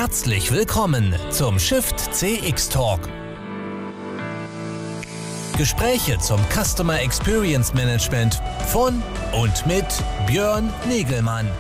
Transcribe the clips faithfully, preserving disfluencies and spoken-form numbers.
Herzlich willkommen zum Shift C X Talk. Gespräche zum Customer Experience Management von und mit Björn Negelmann.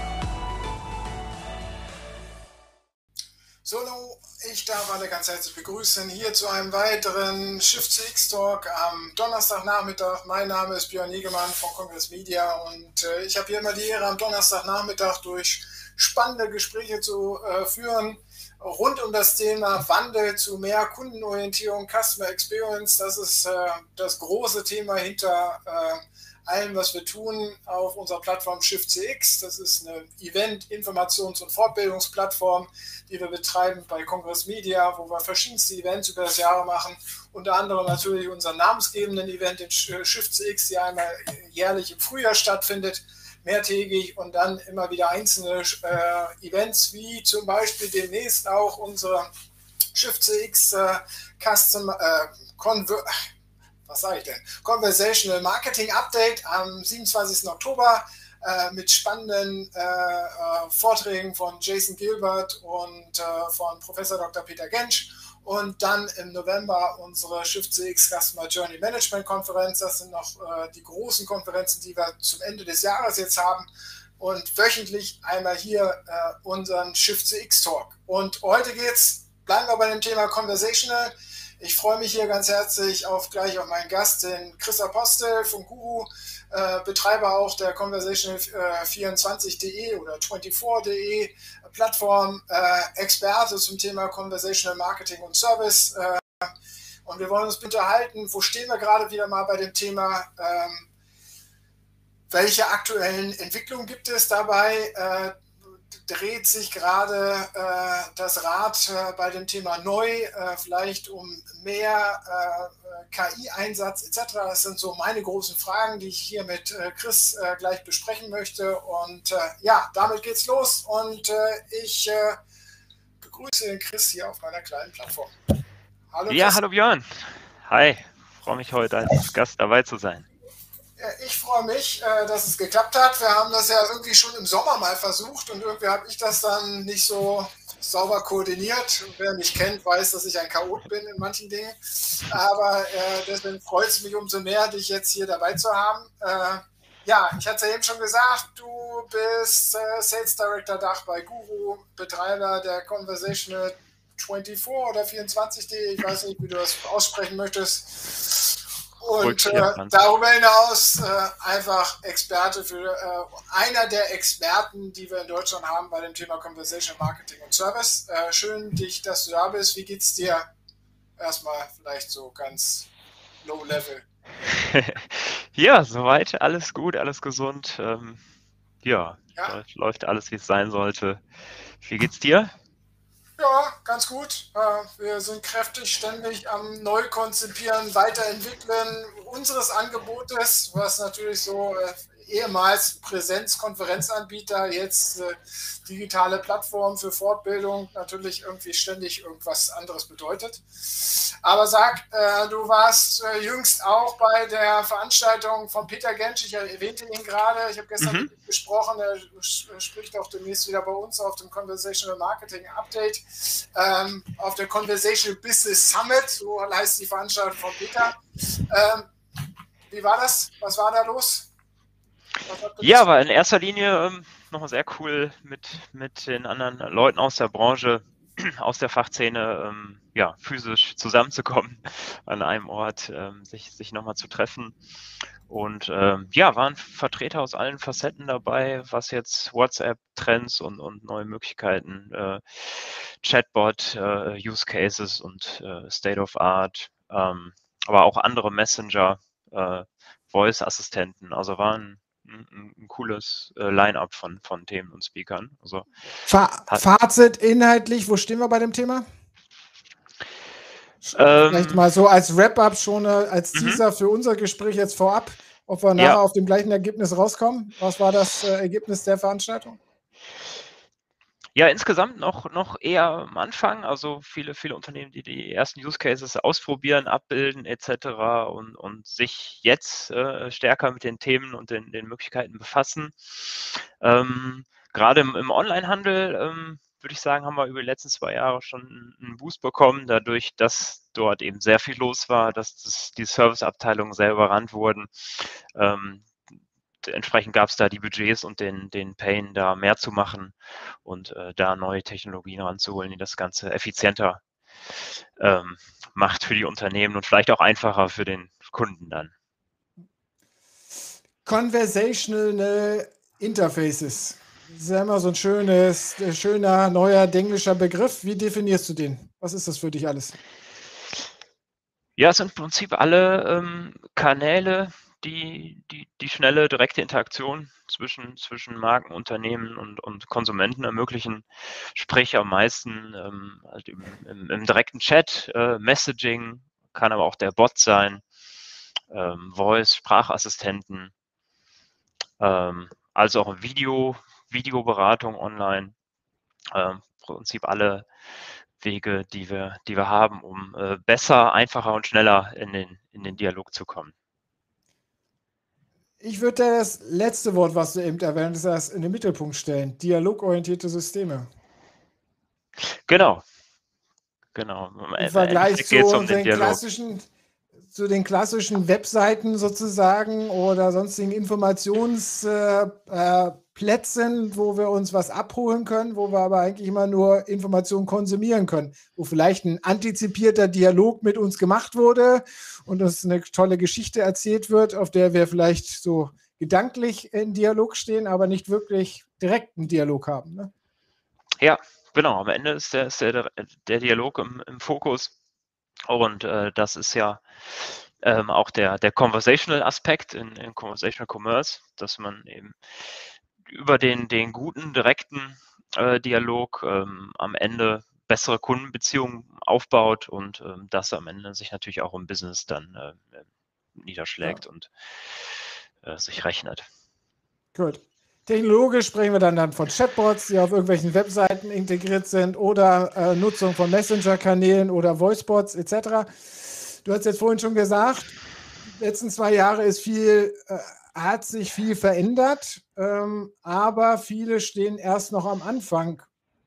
So, ich darf alle ganz herzlich begrüßen hier zu einem weiteren Shift C X Talk am Donnerstagnachmittag. Mein Name ist Björn Negelmann von Congress Media und äh, ich habe hier immer die Ehre, am Donnerstagnachmittag durch spannende Gespräche zu äh, führen rund um das Thema Wandel zu mehr Kundenorientierung, Customer Experience. Das ist äh, das große Thema hinter äh, allem, was wir tun auf unserer Plattform Shift C X. Das ist eine Event-, Informations- und Fortbildungsplattform, die wir betreiben bei Congress Media, wo wir verschiedenste Events über das Jahr machen. Unter anderem natürlich unseren namensgebenden Event in Shift C X, die einmal jährlich im Frühjahr stattfindet, mehrtägig, und dann immer wieder einzelne äh, Events, wie zum Beispiel demnächst auch unsere Shift C X äh, Custom äh, Conver was sage ich denn? Conversational Marketing Update am siebenundzwanzigsten Oktober äh, mit spannenden äh, äh, Vorträgen von Jason Gilbert und äh, von Professor Doktor Peter Gensch. Und dann im November unsere Shift C X Customer Journey Management Konferenz. Das sind noch äh, die großen Konferenzen, die wir zum Ende des Jahres jetzt haben. Und wöchentlich einmal hier äh, unseren Shift C X Talk. Und heute geht's, bleiben wir bei dem Thema Conversational. Ich freue mich hier ganz herzlich auf gleich auf meinen Gast, den Chris Apostel von Guru, äh, Betreiber auch der Conversational vierundzwanzig punkt de oder vierundzwanzig punkt de Plattform, äh, Experte zum Thema Conversational Marketing und Service. Äh, und wir wollen uns unterhalten, wo stehen wir gerade wieder mal bei dem Thema, ähm, welche aktuellen Entwicklungen gibt es dabei? Äh, dreht sich gerade äh, das Rad äh, bei dem Thema neu, äh, vielleicht um mehr äh, K I-Einsatz et cetera. Das sind so meine großen Fragen, die ich hier mit äh, Chris äh, gleich besprechen möchte. Und äh, ja, damit geht's los. Und äh, ich äh, begrüße den Chris hier auf meiner kleinen Plattform. Hallo Chris. Ja, hallo Björn. Hi, freue mich heute als Gast dabei zu sein. Ich freue mich, dass es geklappt hat. Wir haben das ja irgendwie schon im Sommer mal versucht und irgendwie habe ich das dann nicht so sauber koordiniert. Wer mich kennt, weiß, dass ich ein Chaot bin in manchen Dingen. Aber äh, deswegen freut es mich umso mehr, dich jetzt hier dabei zu haben. Äh, ja, ich hatte es ja eben schon gesagt, du bist äh, Sales Director Dach bei Guru, Betreiber der Conversational vierundzwanzig oder vierundzwanzig punkt de. Ich weiß nicht, wie du das aussprechen möchtest. Und äh, darüber hinaus äh, einfach Experte für äh, einer der Experten, die wir in Deutschland haben bei dem Thema Conversational Marketing und Service. Äh, schön, dich, dass du da bist. Wie geht's dir? Erstmal vielleicht so ganz low level. Ja, soweit alles gut, alles gesund. Ähm, ja, ja. Läuft, läuft alles, wie es sein sollte. Wie geht's dir? Ja, ganz gut. Wir sind kräftig ständig am Neukonzipieren, Weiterentwickeln unseres Angebotes, was natürlich so ehemals Präsenz-Konferenzanbieter, jetzt äh, digitale Plattform für Fortbildung, natürlich irgendwie ständig irgendwas anderes bedeutet. Aber sag, äh, du warst äh, jüngst auch bei der Veranstaltung von Peter Gensch, ich erwähnte ihn gerade, ich habe gestern mhm. mit ihm gesprochen, er spricht auch demnächst wieder bei uns auf dem Conversational Marketing Update, ähm, auf der Conversational Business Summit, so heißt die Veranstaltung von Peter. Ähm, wie war das? Was war da los? Ja, aber in erster Linie ähm, nochmal sehr cool, mit, mit den anderen Leuten aus der Branche, aus der Fachszene, ähm, ja, physisch zusammenzukommen an einem Ort, ähm, sich, sich nochmal zu treffen. Und ähm, ja, waren Vertreter aus allen Facetten dabei, was jetzt WhatsApp-Trends und, und neue Möglichkeiten, äh, Chatbot, äh, Use Cases und äh, State of Art, ähm, aber auch andere Messenger, äh, Voice-Assistenten, also waren ein, ein cooles äh, Line-up von, von Themen und Speakern. Also, Fa Fazit inhaltlich, wo stehen wir bei dem Thema? Ähm, Vielleicht mal so als Wrap-up schon äh, als Teaser mhm. für unser Gespräch jetzt vorab, ob wir nachher ja. auf dem gleichen Ergebnis rauskommen. Was war das äh, Ergebnis der Veranstaltung? Ja, insgesamt noch, noch eher am Anfang, also viele, viele Unternehmen, die die ersten Use Cases ausprobieren, abbilden et cetera und, und sich jetzt äh, stärker mit den Themen und den, den Möglichkeiten befassen. Ähm, gerade im, im Onlinehandel ähm, würde ich sagen, haben wir über die letzten zwei Jahre schon einen Boost bekommen, dadurch, dass dort eben sehr viel los war, dass das, die Serviceabteilungen sehr überrannt wurden. Ähm, entsprechend gab es da die Budgets und den, den Pain, da mehr zu machen und äh, da neue Technologien ranzuholen, die das Ganze effizienter ähm, macht für die Unternehmen und vielleicht auch einfacher für den Kunden dann. Conversational Interfaces. Das ist ja immer so ein schönes, schöner, neuer, englischer Begriff. Wie definierst du den? Was ist das für dich alles? Ja, es sind im Prinzip alle ähm, Kanäle, die, die die schnelle, direkte Interaktion zwischen, zwischen Marken, Unternehmen und, und Konsumenten ermöglichen. Sprich am meisten ähm, halt im, im, im direkten Chat, äh, Messaging, kann aber auch der Bot sein, ähm, Voice, Sprachassistenten, ähm, also auch Video, Videoberatung online. Ähm, Im Prinzip alle Wege, die wir, die wir haben, um äh, besser, einfacher und schneller in den, in den Dialog zu kommen. Ich würde das letzte Wort, was du eben erwähnt hast, in den Mittelpunkt stellen. Dialogorientierte Systeme. Genau. Genau. Im Vergleich zu um den, den klassischen, zu den klassischen Webseiten sozusagen oder sonstigen Informationsplätzen, äh, wo wir uns was abholen können, wo wir aber eigentlich immer nur Informationen konsumieren können, wo vielleicht ein antizipierter Dialog mit uns gemacht wurde und uns eine tolle Geschichte erzählt wird, auf der wir vielleicht so gedanklich in Dialog stehen, aber nicht wirklich direkten Dialog haben. Ne? Ja, genau. Am Ende ist der, ist der, der Dialog im, im Fokus. Und äh, das ist ja ähm, auch der, der Conversational-Aspekt in, in Conversational Commerce, dass man eben über den, den guten, direkten äh, Dialog ähm, am Ende bessere Kundenbeziehungen aufbaut und ähm, das am Ende sich natürlich auch im Business dann äh, niederschlägt ja. und äh, sich rechnet. Gut. Technologisch sprechen wir dann, dann von Chatbots, die auf irgendwelchen Webseiten integriert sind oder äh, Nutzung von Messenger-Kanälen oder Voicebots et cetera. Du hast jetzt vorhin schon gesagt, die letzten zwei Jahre ist viel, äh, hat sich viel verändert, ähm, aber viele stehen erst noch am Anfang.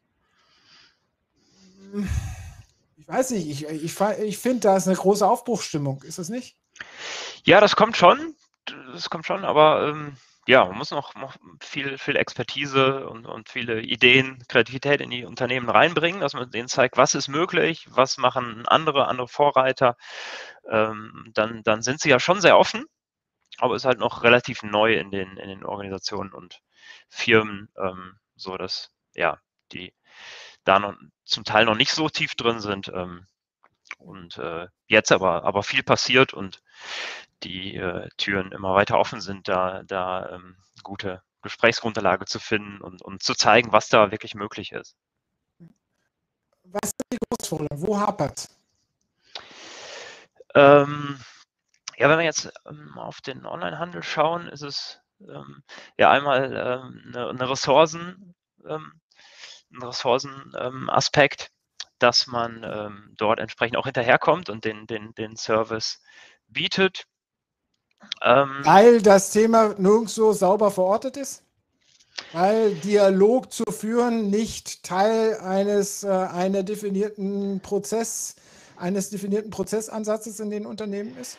Ich weiß nicht, ich, ich, ich finde, da ist eine große Aufbruchsstimmung. Ist das nicht? Ja, das kommt schon. Das kommt schon, aber ähm ja, man muss noch, noch viel, viel Expertise und, und viele Ideen, Kreativität in die Unternehmen reinbringen, dass man denen zeigt, was ist möglich, was machen andere, andere Vorreiter. Ähm, dann, dann sind sie ja schon sehr offen, aber ist halt noch relativ neu in den, in den Organisationen und Firmen, ähm, so dass ja, die da noch zum Teil noch nicht so tief drin sind. Ähm, und äh, jetzt aber, aber viel passiert und die äh, Türen immer weiter offen sind, da, da ähm, gute Gesprächsgrundlage zu finden und, und zu zeigen, was da wirklich möglich ist. Was sind die Herausforderungen? Wo hapert es? Ähm, ja, wenn wir jetzt ähm, auf den Onlinehandel schauen, ist es ähm, ja einmal ähm, eine, eine Ressourcen, ähm, ein Ressourcenaspekt, ähm, dass man ähm, dort entsprechend auch hinterherkommt und den, den, den Service bietet. Ähm, Weil das Thema nirgendwo sauber verortet ist? Weil Dialog zu führen nicht Teil eines, äh, einer definierten Prozess, eines definierten Prozessansatzes in den Unternehmen ist?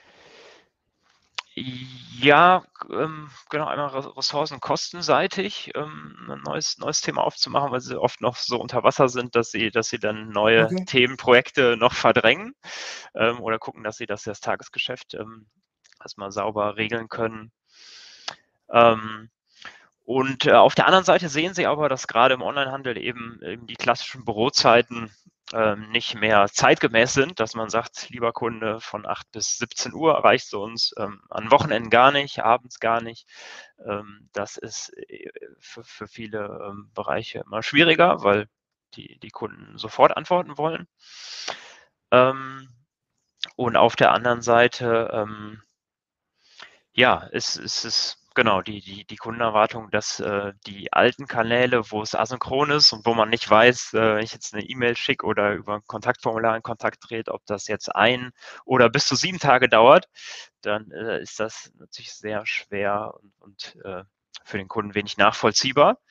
Ja, ähm, genau, einmal ressourcenkostenseitig ähm, ein neues, neues Thema aufzumachen, weil sie oft noch so unter Wasser sind, dass sie, dass sie dann neue okay. Themenprojekte noch verdrängen ähm, oder gucken, dass sie das, das Tagesgeschäft ähm, erstmal sauber regeln können. Ähm, und äh, auf der anderen Seite sehen sie aber, dass gerade im Onlinehandel eben, eben die klassischen Bürozeiten ähm, nicht mehr zeitgemäß sind, dass man sagt, lieber Kunde, von acht bis siebzehn Uhr erreichst du uns, ähm, an Wochenenden gar nicht, abends gar nicht. Ähm, das ist für, für viele ähm, Bereiche immer schwieriger, weil die, die Kunden sofort antworten wollen. Ähm, und auf der anderen Seite, ähm, ja, es ist es genau die, die, die Kundenerwartung, dass äh, die alten Kanäle, wo es asynchron ist und wo man nicht weiß, äh, wenn ich jetzt eine E-Mail schicke oder über ein Kontaktformular in Kontakt trete, ob das jetzt ein oder bis zu sieben Tage dauert, dann äh, ist das natürlich sehr schwer und, und äh, für den Kunden wenig nachvollziehbar.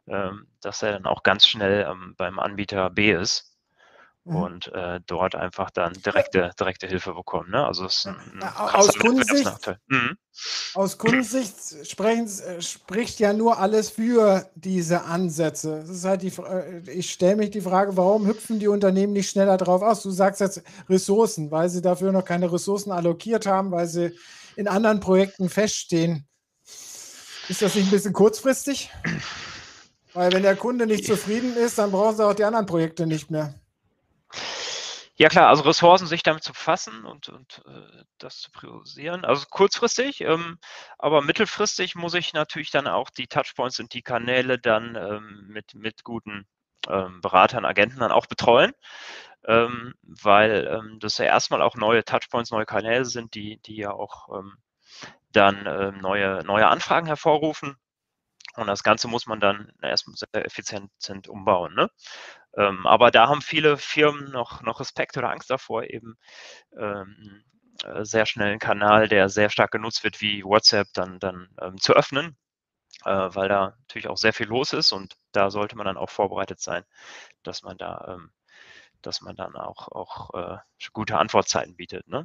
ähm, dass er dann auch ganz schnell ähm, beim Anbieter B ist. Mhm. Und äh, dort einfach dann direkte, direkte Hilfe bekommen. Ne? Also es ist ein, ein Ja, krasser aus Kundensicht, Wettbewerbsnachteil. Mhm. aus Kundensicht sprechen, äh, spricht ja nur alles für diese Ansätze. Es ist halt die, Fra- ich stelle mich die Frage, warum hüpfen die Unternehmen nicht schneller drauf aus? Du sagst jetzt Ressourcen, weil sie dafür noch keine Ressourcen allokiert haben, weil sie in anderen Projekten feststehen. Ist das nicht ein bisschen kurzfristig? Weil wenn der Kunde nicht zufrieden ist, dann brauchen sie auch die anderen Projekte nicht mehr. Ja klar, also Ressourcen sich damit zu befassen und, und äh, das zu priorisieren. Also kurzfristig, ähm, aber mittelfristig muss ich natürlich dann auch die Touchpoints und die Kanäle dann ähm, mit, mit guten ähm, Beratern, Agenten dann auch betreuen, ähm, weil ähm, das ja erstmal auch neue Touchpoints, neue Kanäle sind, die, die ja auch ähm, dann ähm, neue, neue Anfragen hervorrufen. Und das Ganze muss man dann erstmal sehr effizient umbauen. Ne? Ähm, aber da haben viele Firmen noch, noch Respekt oder Angst davor, eben ähm, äh, sehr schnell einen Kanal, der sehr stark genutzt wird, wie WhatsApp, dann, dann ähm, zu öffnen, äh, weil da natürlich auch sehr viel los ist und da sollte man dann auch vorbereitet sein, dass man da, ähm, dass man dann auch, auch äh, gute Antwortzeiten bietet. Ne?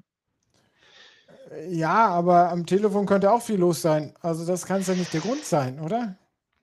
Ja, aber am Telefon könnte auch viel los sein. Also das kann ja nicht der Grund sein, oder?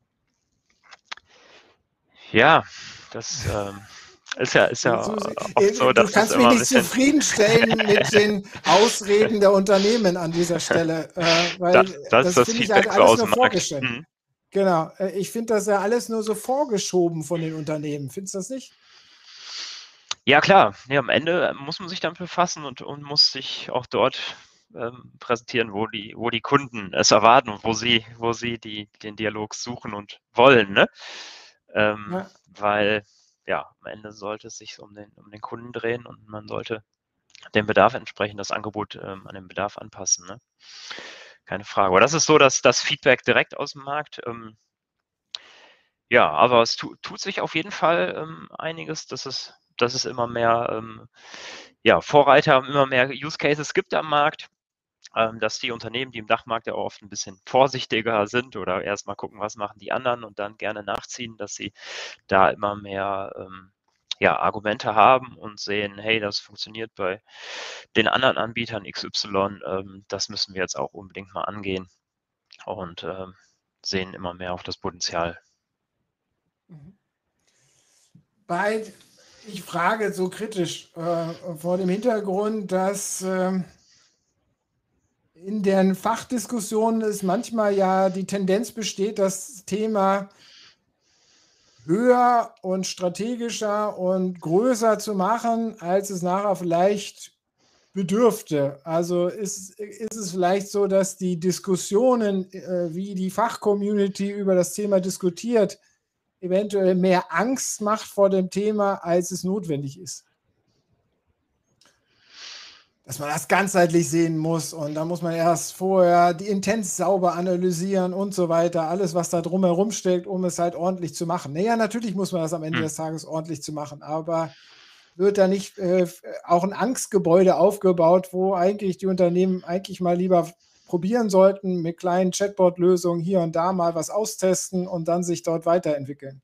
Ja, das ähm, ist ja, ist ja Du, oft so, du dass es kannst mich immer ein nicht bisschen zufriedenstellen mit den Ausreden der Unternehmen an dieser Stelle, äh, weil das, das ist das das finde ich halt Feedback so alles aus nur dem Markt. vorgestellt. Mhm. Genau, äh, ich finde das ja alles nur so vorgeschoben von den Unternehmen. Findest du das nicht? Ja klar, ja, am Ende muss man sich damit befassen und, und muss sich auch dort ähm, präsentieren, wo die, wo die Kunden es erwarten und wo sie, wo sie die, den Dialog suchen und wollen. Ne? Ähm, Ja. weil ja, am Ende sollte es sich um den, um den Kunden drehen und man sollte dem Bedarf entsprechend das Angebot ähm, an den Bedarf anpassen. Ne? Keine Frage. Aber das ist so, dass das Feedback direkt aus dem Markt. Ähm, ja, aber es tu, tut sich auf jeden Fall ähm, einiges, dass es, dass es immer mehr ähm, ja, Vorreiter, immer mehr Use Cases gibt am Markt, ähm, dass die Unternehmen, die im Dachmarkt ja auch oft ein bisschen vorsichtiger sind oder erstmal gucken, was machen die anderen und dann gerne nachziehen, dass sie da immer mehr ähm, ja, Argumente haben und sehen, hey, das funktioniert bei den anderen Anbietern X Y, ähm, das müssen wir jetzt auch unbedingt mal angehen und ähm, sehen immer mehr auch das Potenzial. Bei, ich frage so kritisch äh, vor dem Hintergrund, dass äh, in den Fachdiskussionen es manchmal ja die Tendenz besteht, das Thema höher und strategischer und größer zu machen, als es nachher vielleicht bedürfte. Also ist, ist es vielleicht so, dass die Diskussionen, äh, wie die Fachcommunity über das Thema diskutiert, eventuell mehr Angst macht vor dem Thema, als es notwendig ist. Dass man das ganzheitlich sehen muss und da muss man erst vorher die Intents sauber analysieren und so weiter, alles, was da drumherum steckt, um es halt ordentlich zu machen. Naja, natürlich muss man das am Ende Hm. des Tages ordentlich zu machen, aber wird da nicht äh, auch ein Angstgebäude aufgebaut, wo eigentlich die Unternehmen eigentlich mal lieber probieren sollten, mit kleinen Chatbot-Lösungen hier und da mal was austesten und dann sich dort weiterentwickeln?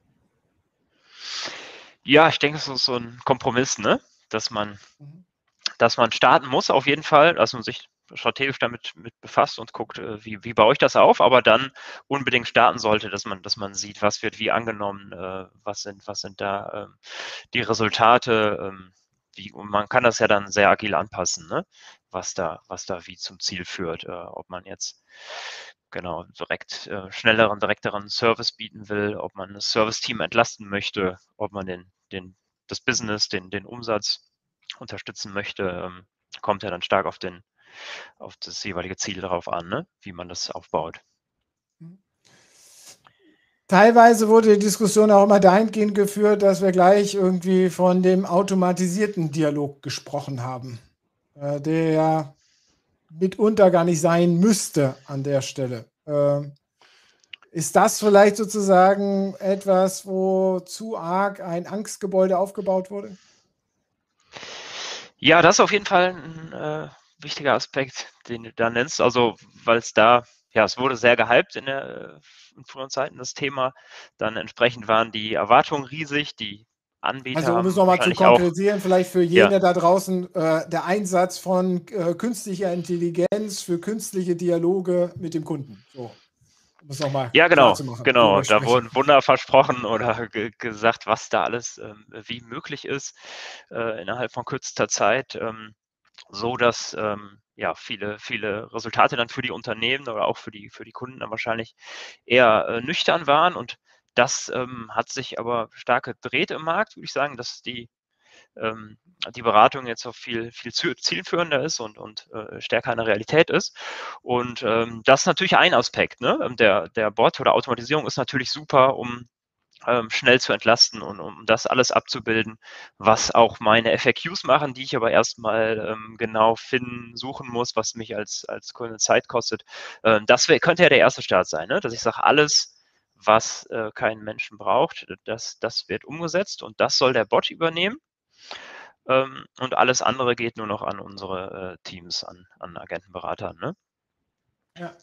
Ja, ich denke, es ist so ein Kompromiss, ne? Dass man, Mhm. dass man starten muss auf jeden Fall, dass man sich strategisch damit mit befasst und guckt, äh, wie, wie baue ich das auf, aber dann unbedingt starten sollte, dass man, dass man sieht, was wird wie angenommen, äh, was sind, was sind da ähm, die Resultate, ähm, wie, und man kann das ja dann sehr agil anpassen, ne? Was da, was da wie zum Ziel führt, äh, ob man jetzt genau direkt äh, schnelleren, direkteren Service bieten will, ob man das Service-Team entlasten möchte, ob man den, den, das Business, den, den Umsatz unterstützen möchte, ähm, kommt ja dann stark auf, den, auf das jeweilige Ziel darauf an, ne? Wie man das aufbaut. Teilweise wurde die Diskussion auch immer dahingehend geführt, dass wir gleich irgendwie von dem automatisierten Dialog gesprochen haben, äh, der ja mitunter gar nicht sein müsste an der Stelle. Ähm, ist das vielleicht sozusagen etwas, wo zu arg ein Angstgebäude aufgebaut wurde? Ja, das ist auf jeden Fall ein äh, wichtiger Aspekt, den du da nennst. Also, weil es da ja, es wurde sehr gehypt in, der, in früheren Zeiten, das Thema. Dann entsprechend waren die Erwartungen riesig, die Anbieter Also um es haben nochmal zu wahrscheinlich auch, konkretisieren, vielleicht für ja, jene da draußen, äh, der Einsatz von äh, künstlicher Intelligenz für künstliche Dialoge mit dem Kunden. So, um es nochmal ja, klar genau, zu machen, genau. worüber Da sprechen. wurden Wunder versprochen oder ge gesagt, was da alles ähm, wie möglich ist äh, innerhalb von kürzester Zeit, ähm, so dass ähm, ja viele viele Resultate dann für die Unternehmen oder auch für die für die Kunden dann wahrscheinlich eher äh, nüchtern waren. Und das ähm, hat sich aber stark gedreht im Markt, würde ich sagen, dass die ähm, die Beratung jetzt auch viel, viel zielführender ist und, und äh, stärker in der Realität ist. Und ähm, das ist natürlich ein Aspekt. Ne? Der, der Bot oder Automatisierung ist natürlich super, um ähm, schnell zu entlasten und um das alles abzubilden, was auch meine F A Qs machen, die ich aber erstmal ähm, genau finden, suchen muss, was mich als, als Kunde Zeit kostet. Ähm, das wär, könnte ja der erste Start sein, ne? Dass ich sage, alles, was äh, keinen Menschen braucht, das, das wird umgesetzt und das soll der Bot übernehmen. Ähm, und alles andere geht nur noch an unsere äh, Teams, an, an Agentenberatern. Ne? Ja.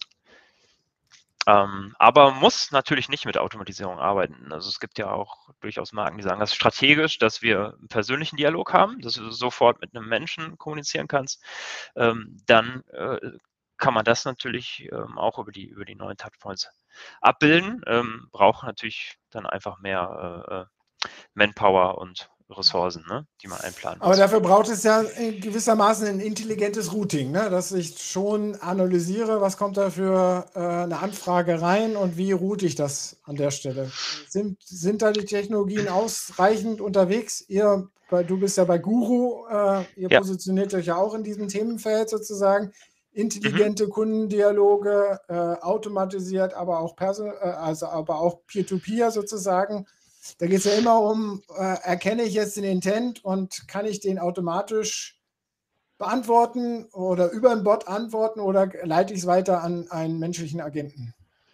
Ähm, aber muss natürlich nicht mit Automatisierung arbeiten. Also es gibt ja auch durchaus Marken, die sagen, das ist strategisch, dass wir einen persönlichen Dialog haben, dass du sofort mit einem Menschen kommunizieren kannst. Ähm, dann äh, kann man das natürlich ähm, auch über die, über die neuen Touchpoints abbilden. Ähm, braucht natürlich dann einfach mehr äh, Manpower und Ressourcen, ne, die man einplanen Aber muss. dafür braucht es ja gewissermaßen ein intelligentes Routing, ne? Dass ich schon analysiere, was kommt da für äh, eine Anfrage rein und wie route ich das an der Stelle. Sind, sind da die Technologien ausreichend unterwegs? Ihr, du bist ja bei Guru, äh, ihr Ja. positioniert euch ja auch in diesem Themenfeld sozusagen. Intelligente Mhm. Kundendialoge, äh, automatisiert, aber auch, Perso äh, also aber auch Peer-to-Peer sozusagen. Da geht es ja immer um, äh, erkenne ich jetzt den Intent und kann ich den automatisch beantworten oder über einen Bot antworten oder leite ich es weiter an einen menschlichen Agenten?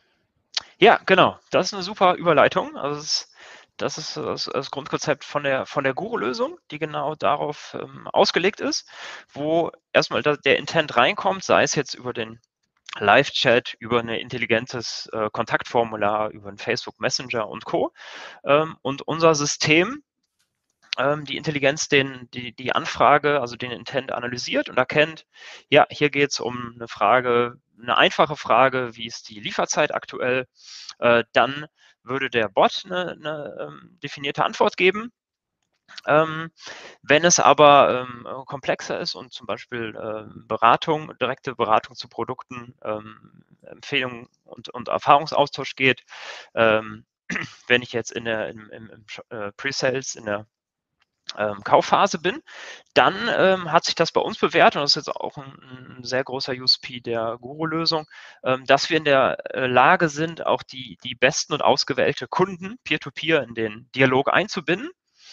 Ja, genau. Das ist eine super Überleitung. Also es, das ist das, das Grundkonzept von der, von der Guru-Lösung, die genau darauf ähm, ausgelegt ist, wo erstmal da, der Intent reinkommt, sei es jetzt über den Live-Chat, über ein intelligentes äh, Kontaktformular, über einen Facebook Messenger und Co. Ähm, und unser System, ähm, die Intelligenz, den, die, die Anfrage, also den Intent analysiert und erkennt, ja, hier geht es um eine Frage, eine einfache Frage, wie ist die Lieferzeit aktuell? Äh, dann würde der Bot eine, eine ähm, definierte Antwort geben. Ähm, wenn es aber ähm, komplexer ist und zum Beispiel ähm, Beratung, direkte Beratung zu Produkten, ähm, Empfehlungen und, und Erfahrungsaustausch geht, ähm, wenn ich jetzt in der, im, im, im äh, Pre-Sales, in der ähm, Kaufphase bin, dann ähm, hat sich das bei uns bewährt, und das ist jetzt auch ein, ein sehr großer U S P der Guru-Lösung, ähm, dass wir in der äh, Lage sind, auch die, die besten und ausgewählte Kunden peer-to-peer in den Dialog einzubinden.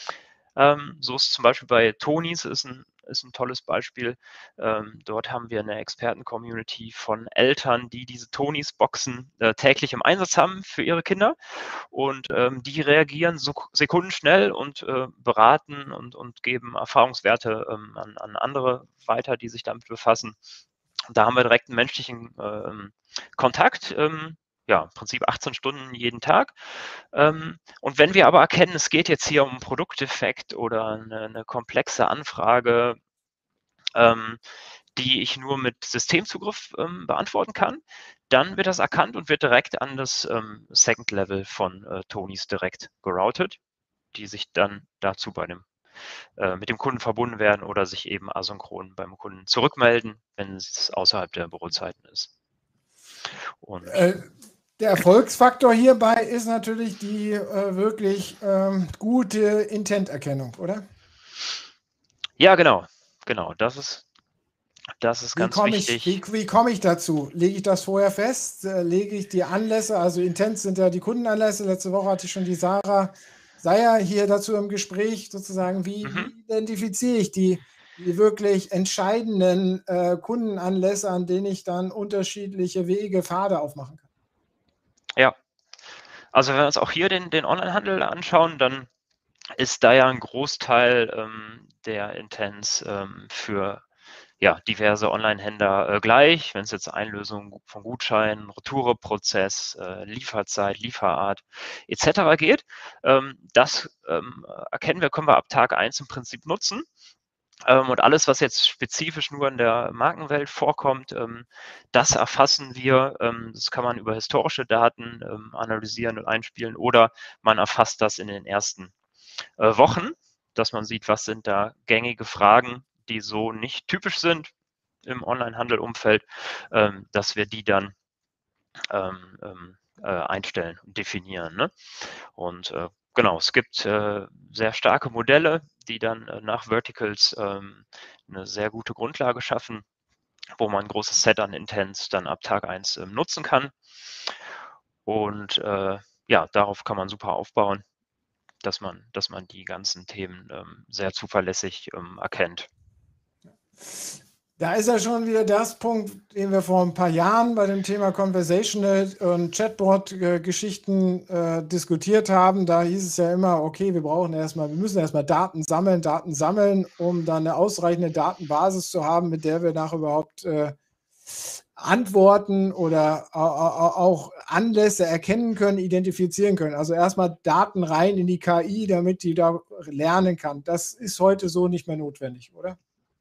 Ähm, so ist zum Beispiel bei Tonis ist ein, ist ein tolles Beispiel. Ähm, dort haben wir eine Experten-Community von Eltern, die diese Tonis-Boxen äh, täglich im Einsatz haben für ihre Kinder. Und ähm, die reagieren so sekundenschnell und äh, beraten und, und geben Erfahrungswerte ähm, an, an andere weiter, die sich damit befassen. Da haben wir direkt einen menschlichen ähm, Kontakt. Ähm, ja, im Prinzip achtzehn Stunden jeden Tag. Ähm, und wenn wir aber erkennen, es geht jetzt hier um einen Produktdefekt oder eine, eine komplexe Anfrage, ähm, die ich nur mit Systemzugriff ähm, beantworten kann, dann wird das erkannt und wird direkt an das ähm, Second Level von äh, Tonis direkt geroutet, die sich dann dazu bei dem, äh, mit dem Kunden verbunden werden oder sich eben asynchron beim Kunden zurückmelden, wenn es außerhalb der Bürozeiten ist. Und Äh, der Erfolgsfaktor hierbei ist natürlich die äh, wirklich ähm, gute Intenterkennung, oder? ja, genau, genau, das ist, das ist Wie ganz komme ich, wie, wichtig. wie komme ich dazu? Lege ich das vorher fest? Äh, lege ich die Anlässe, also Intents sind ja die Kundenanlässe. Letzte Woche hatte ich schon die Sarah Seyer hier dazu im Gespräch, sozusagen, wie, Mhm. wie identifiziere ich die, die wirklich entscheidenden äh, Kundenanlässe, an denen ich dann unterschiedliche Wege, Pfade aufmachen kann? Ja, also wenn wir uns auch hier den, den Onlinehandel anschauen, dann ist da ja ein Großteil ähm, der Intents ähm, für ja, diverse Online-Händler äh, gleich, wenn es jetzt Einlösung von Gutscheinen, Retoureprozess, äh, Lieferzeit, Lieferart et cetera geht. Ähm, das ähm, erkennen wir, können wir ab Tag eins im Prinzip nutzen. Ähm, und alles, was jetzt spezifisch nur in der Markenwelt vorkommt, ähm, das erfassen wir. Ähm, das kann man über historische Daten ähm, analysieren und einspielen oder man erfasst das in den ersten äh, Wochen, dass man sieht, was sind da gängige Fragen, die so nicht typisch sind im Onlinehandel-Umfeld, ähm, dass wir die dann ähm, ähm, äh, einstellen und definieren. Ne? Und äh, genau, es gibt äh, sehr starke Modelle, die dann äh, nach Verticals ähm, eine sehr gute Grundlage schaffen, wo man ein großes Set an Intents dann ab Tag eins ähm, nutzen kann. Und äh, ja, darauf kann man super aufbauen, dass man, dass man die ganzen Themen ähm, sehr zuverlässig ähm, erkennt. Da ist ja schon wieder das Punkt, den wir vor ein paar Jahren bei dem Thema Conversational und Chatbot-Geschichten äh, diskutiert haben. Da hieß es ja immer, okay, wir brauchen erstmal, wir müssen erstmal Daten sammeln, Daten sammeln, um dann eine ausreichende Datenbasis zu haben, mit der wir nachher überhaupt äh, Antworten oder auch Anlässe erkennen können, identifizieren können. Also erstmal Daten rein in die K I, damit die da lernen kann. Das ist heute so nicht mehr notwendig, oder?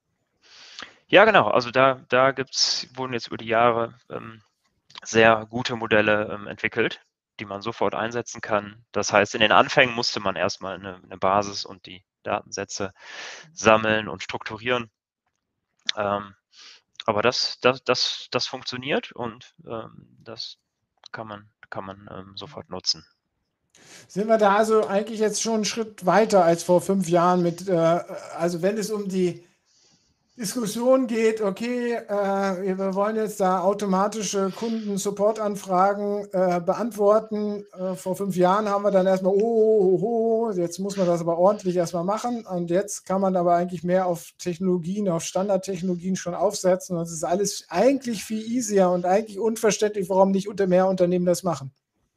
Ja, genau. Also da, da gibt's, wurden jetzt über die Jahre ähm, sehr gute Modelle ähm, entwickelt, die man sofort einsetzen kann. Das heißt, in den Anfängen musste man erstmal eine, eine Basis und die Datensätze sammeln und strukturieren. Ähm, aber das, das, das, das funktioniert und ähm, das kann man, kann man ähm, sofort nutzen. Sind wir da also eigentlich jetzt schon einen Schritt weiter als vor fünf Jahren mit, äh, also wenn es um die Diskussion geht, okay, äh, wir wollen jetzt da automatische Kunden-Support-Anfragen äh, beantworten. Äh, vor fünf Jahren haben wir dann erstmal, oh, oh, oh, jetzt muss man das aber ordentlich erstmal machen. Und jetzt kann man aber eigentlich mehr auf Technologien, auf Standardtechnologien schon aufsetzen. Und es ist alles eigentlich viel easier und eigentlich unverständlich, warum nicht unter mehr Unternehmen das machen.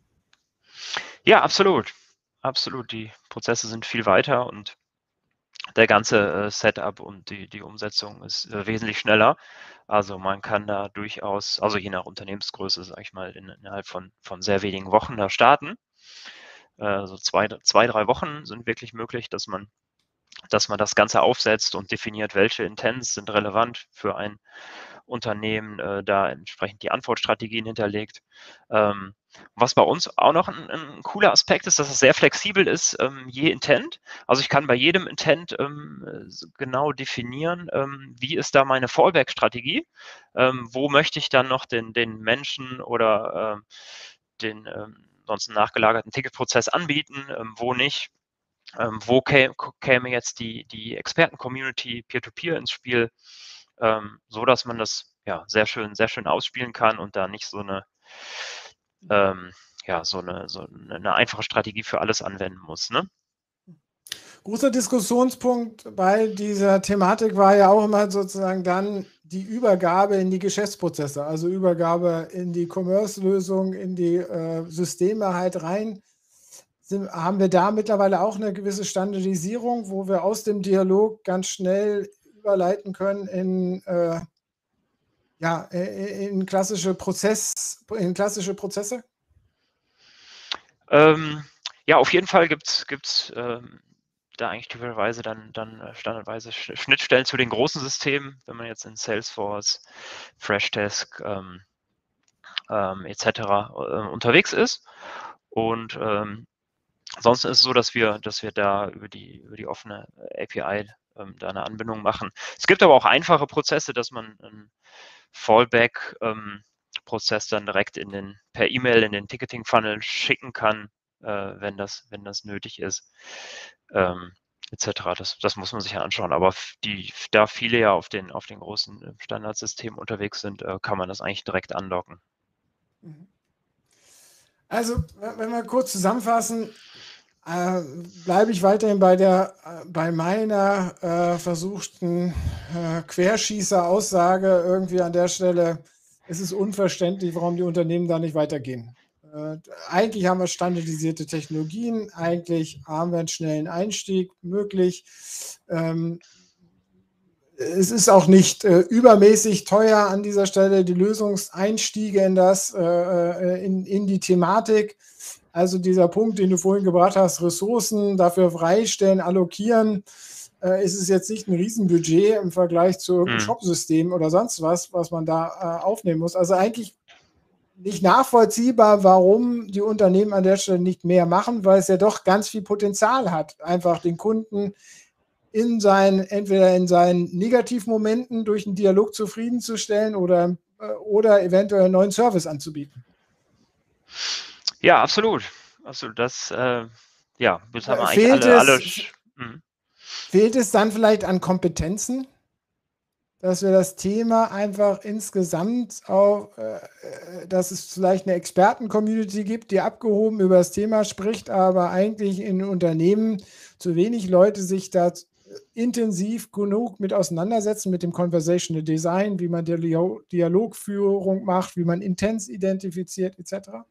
Ja, absolut. Absolut. Die Prozesse sind viel weiter und der ganze äh, Setup und die, die Umsetzung ist äh, wesentlich schneller. Also man kann da durchaus, also je nach Unternehmensgröße, sage ich mal, in, innerhalb von, von sehr wenigen Wochen da starten. Äh, so zwei, zwei, drei Wochen sind wirklich möglich, dass man, dass man das Ganze aufsetzt und definiert, welche Intents sind relevant für ein Unternehmen, äh, da entsprechend die Antwortstrategien hinterlegt. Ähm, was bei uns auch noch ein, ein cooler Aspekt ist, dass es sehr flexibel ist, ähm, je Intent. Also ich kann bei jedem Intent ähm, genau definieren, ähm, wie ist da meine Fallback-Strategie, ähm, wo möchte ich dann noch den, den Menschen oder ähm, den ähm, sonst nachgelagerten Ticketprozess anbieten, ähm, wo nicht. Ähm, wo käme, käme jetzt die, die Experten-Community Peer-to-Peer ins Spiel, ähm, so dass man das ja sehr schön, sehr schön ausspielen kann und da nicht so eine ähm, ja, so eine, so eine einfache Strategie für alles anwenden muss. Ne? Großer Diskussionspunkt bei dieser Thematik war ja auch immer sozusagen dann die Übergabe in die Geschäftsprozesse, also Übergabe in die Commerce-Lösung, in die äh, Systeme halt rein. Sind, haben wir da mittlerweile auch eine gewisse Standardisierung, wo wir aus dem Dialog ganz schnell überleiten können in, äh, ja, in klassische Prozess, in klassische Prozesse? Ähm, ja, auf jeden Fall gibt es ähm, da eigentlich typischerweise dann, dann standardweise Schnittstellen zu den großen Systemen, wenn man jetzt in Salesforce, Freshdesk ähm, ähm, et cetera äh, unterwegs ist. Und ähm, ansonsten ist es so, dass wir, dass wir da über die, über die offene A P I ähm, da eine Anbindung machen. Es gibt aber auch einfache Prozesse, dass man einen Fallback-Prozess ähm, dann direkt in den, per E-Mail in den Ticketing-Funnel schicken kann, äh, wenn das, wenn das nötig ist. Ähm, et cetera. Das, das muss man sich ja anschauen. Aber die, da viele ja auf den, auf den großen Standardsystemen unterwegs sind, äh, kann man das eigentlich direkt andocken. Also, wenn wir kurz zusammenfassen, äh, bleibe ich weiterhin bei, der, äh, bei meiner äh, versuchten äh, Querschießer-Aussage irgendwie an der Stelle. Es ist unverständlich, warum die Unternehmen da nicht weitergehen. Äh, eigentlich haben wir standardisierte Technologien, eigentlich haben wir einen schnellen Einstieg möglich. Ähm, es ist auch nicht äh, übermäßig teuer an dieser Stelle, die Lösungseinstiege in das, äh, in, in die Thematik. Also dieser Punkt, den du vorhin gebracht hast, Ressourcen dafür freistellen, allokieren, äh, ist es jetzt nicht ein Riesenbudget im Vergleich zu irgendeinem Mhm. Shopsystem oder sonst was, was man da äh, aufnehmen muss. Also eigentlich nicht nachvollziehbar, warum die Unternehmen an der Stelle nicht mehr machen, weil es ja doch ganz viel Potenzial hat, einfach den Kunden in seinen, entweder in seinen Negativmomenten durch einen Dialog zufriedenzustellen oder, äh, oder eventuell einen neuen Service anzubieten. Ja, absolut. Absolut. Das, äh, ja, das haben wir eigentlich Fehlt alle, alle. es, Mhm. fehlt es dann vielleicht an Kompetenzen, dass wir das Thema einfach insgesamt auch, äh, dass es vielleicht eine Experten-Community gibt, die abgehoben über das Thema spricht, aber eigentlich in Unternehmen zu wenig Leute sich da intensiv genug mit auseinandersetzen, mit dem Conversational Design, wie man Dialo- Dialogführung macht, wie man Intents identifiziert, et cetera?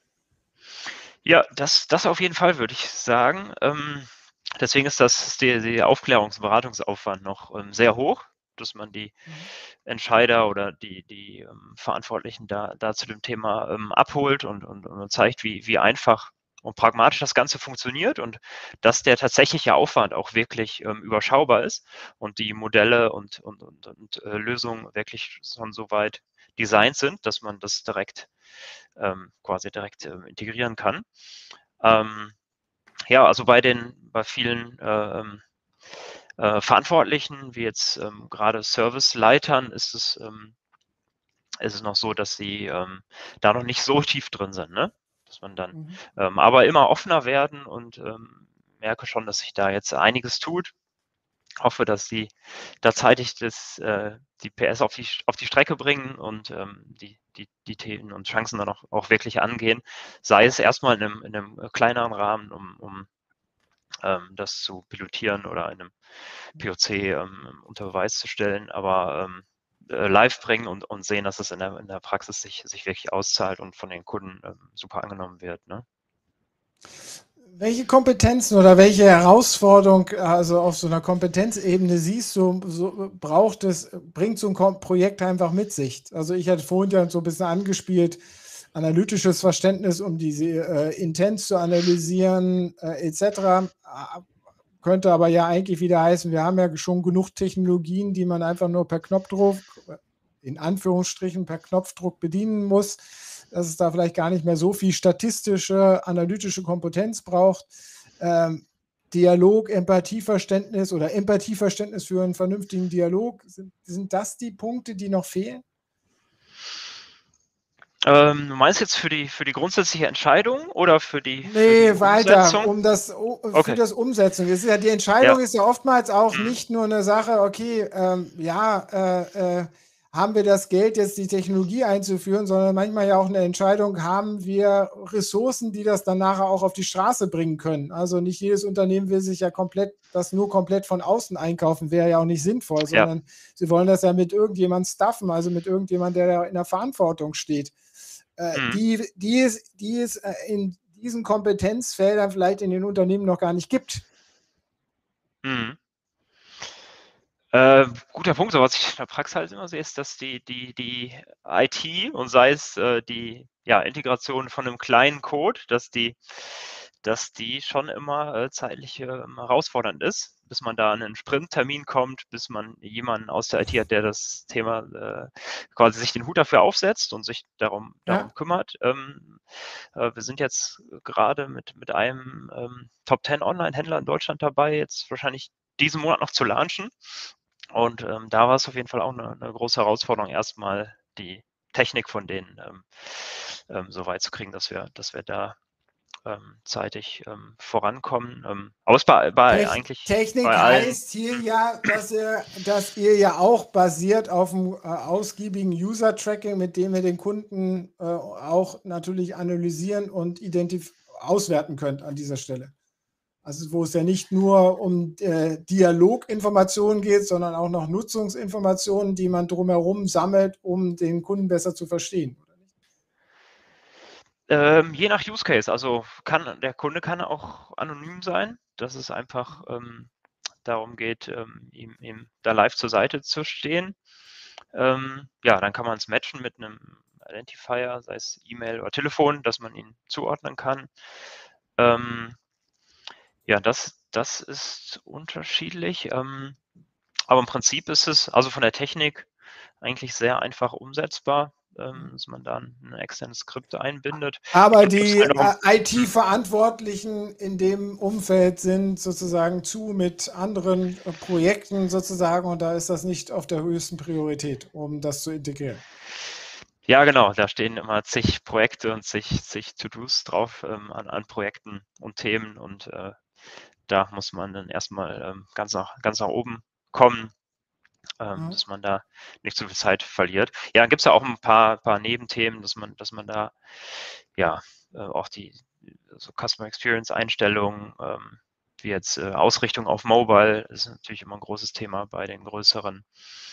Ja, das, das auf jeden Fall, würde ich sagen. Ähm, deswegen ist das ist der, der Aufklärungs- und Beratungsaufwand noch ähm, sehr hoch, dass man die Mhm. Entscheider oder die, die ähm, Verantwortlichen da, da zu dem Thema ähm, abholt und, und, und zeigt, wie, wie einfach und pragmatisch das Ganze funktioniert und dass der tatsächliche Aufwand auch wirklich ähm, überschaubar ist und die Modelle und, und, und, und äh, Lösungen wirklich schon so weit designt sind, dass man das direkt ähm, quasi direkt ähm, integrieren kann. Ähm, ja, also bei den, bei vielen ähm, äh, Verantwortlichen, wie jetzt ähm, gerade Serviceleitern, ist es, ähm, ist es noch so, dass sie ähm, da noch nicht so tief drin sind, ne? Dass man dann Mhm. ähm, aber immer offener werden und ähm, merke schon, dass sich da jetzt einiges tut. Hoffe, dass sie da zeitig das, äh, die P S auf die, auf die Strecke bringen und ähm, die, die, die Themen und Chancen dann auch, auch wirklich angehen. Sei es erstmal in einem, in einem kleineren Rahmen, um, um ähm, das zu pilotieren oder in einem P O C ähm, unter Beweis zu stellen, aber ähm, äh, live bringen und, und sehen, dass es in der, in der Praxis sich, sich wirklich auszahlt und von den Kunden ähm, super angenommen wird. Ne? Welche Kompetenzen oder welche Herausforderung, also auf so einer Kompetenzebene siehst du, so braucht es, bringt so ein Kom- Projekt einfach mit sich? Also ich hatte vorhin ja so ein bisschen angespielt, analytisches Verständnis, um diese äh, Intents zu analysieren, äh, et cetera. Könnte aber ja eigentlich wieder heißen, wir haben ja schon genug Technologien, die man einfach nur per Knopfdruck, in Anführungsstrichen per Knopfdruck bedienen muss, dass es da vielleicht gar nicht mehr so viel statistische, analytische Kompetenz braucht. Ähm, Dialog, Empathieverständnis oder Empathieverständnis für einen vernünftigen Dialog, sind, sind das die Punkte, die noch fehlen? Ähm, du meinst jetzt für die, für die grundsätzliche Entscheidung oder für die, für die Nee, weiter, Umsetzung? um das, für Okay, das Umsetzung. Es ist ja, die Entscheidung ja. ist ja oftmals auch Mhm. nicht nur eine Sache, okay, ähm, ja, äh, äh, haben wir das Geld, jetzt die Technologie einzuführen, sondern manchmal ja auch eine Entscheidung, haben wir Ressourcen, die das dann nachher auch auf die Straße bringen können. Also nicht jedes Unternehmen will sich ja komplett, das nur komplett von außen einkaufen, wäre ja auch nicht sinnvoll, Ja. sondern sie wollen das ja mit irgendjemandem staffen, also mit irgendjemandem, der da in der Verantwortung steht. Äh, Mhm. die, die, es, die es äh, in diesen Kompetenzfeldern vielleicht in den Unternehmen noch gar nicht gibt. Mhm. Äh, guter Punkt, aber was ich in der Praxis halt immer sehe, ist, dass die, die, die I T und sei es äh, die ja, Integration von einem kleinen Code, dass die, dass die schon immer äh, zeitlich äh, herausfordernd ist, bis man da an einen Sprinttermin kommt, bis man jemanden aus der I T hat, der das Thema äh, quasi sich den Hut dafür aufsetzt und sich darum, darum Ja. kümmert. Ähm, äh, wir sind jetzt gerade mit, mit einem ähm, Top zehn Online-Händler in Deutschland dabei, jetzt wahrscheinlich diesen Monat noch zu launchen. Und ähm, da war es auf jeden Fall auch eine, eine große Herausforderung, erstmal die Technik von denen ähm, ähm, so weit zu kriegen, dass wir, dass wir da ähm, zeitig ähm, vorankommen. Ähm, aber es bei, bei Tech, eigentlich Technik bei allen. heißt hier Hm, ja, dass ihr, dass ihr ja auch basiert auf einem äh, ausgiebigen User-Tracking, mit dem ihr den Kunden äh, auch natürlich analysieren und identif auswerten könnt an dieser Stelle. Also wo es ja nicht nur um äh, Dialoginformationen geht, sondern auch noch Nutzungsinformationen, die man drumherum sammelt, um den Kunden besser zu verstehen. Oder nicht? Ähm, je nach Use Case, also kann der Kunde kann auch anonym sein. Das ist einfach ähm, darum geht, ähm, ihm, ihm da live zur Seite zu stehen. Ähm, ja, dann kann man es matchen mit einem Identifier, sei es E-Mail oder Telefon, dass man ihn zuordnen kann. Ähm, ja, das, das ist unterschiedlich. Ähm, aber im Prinzip ist es also von der Technik eigentlich sehr einfach umsetzbar, ähm, dass man dann ein externes Skript einbindet. Aber Gibt es die halt noch, äh, I T-Verantwortlichen in dem Umfeld sind sozusagen zu mit anderen äh, Projekten sozusagen und da ist das nicht auf der höchsten Priorität, um das zu integrieren. ja, genau, da stehen immer zig Projekte und zig, zig To-Dos drauf ähm, an, an Projekten und Themen und äh, da muss man dann erstmal ähm, ganz, nach, ganz nach oben kommen, ähm, Ja. dass man da nicht zu viel Zeit verliert. Ja, dann gibt es ja auch ein paar, paar Nebenthemen, dass man, dass man da ja äh, auch die so Customer Experience Einstellungen, ähm, wie jetzt äh, Ausrichtung auf Mobile, ist natürlich immer ein großes Thema bei den größeren.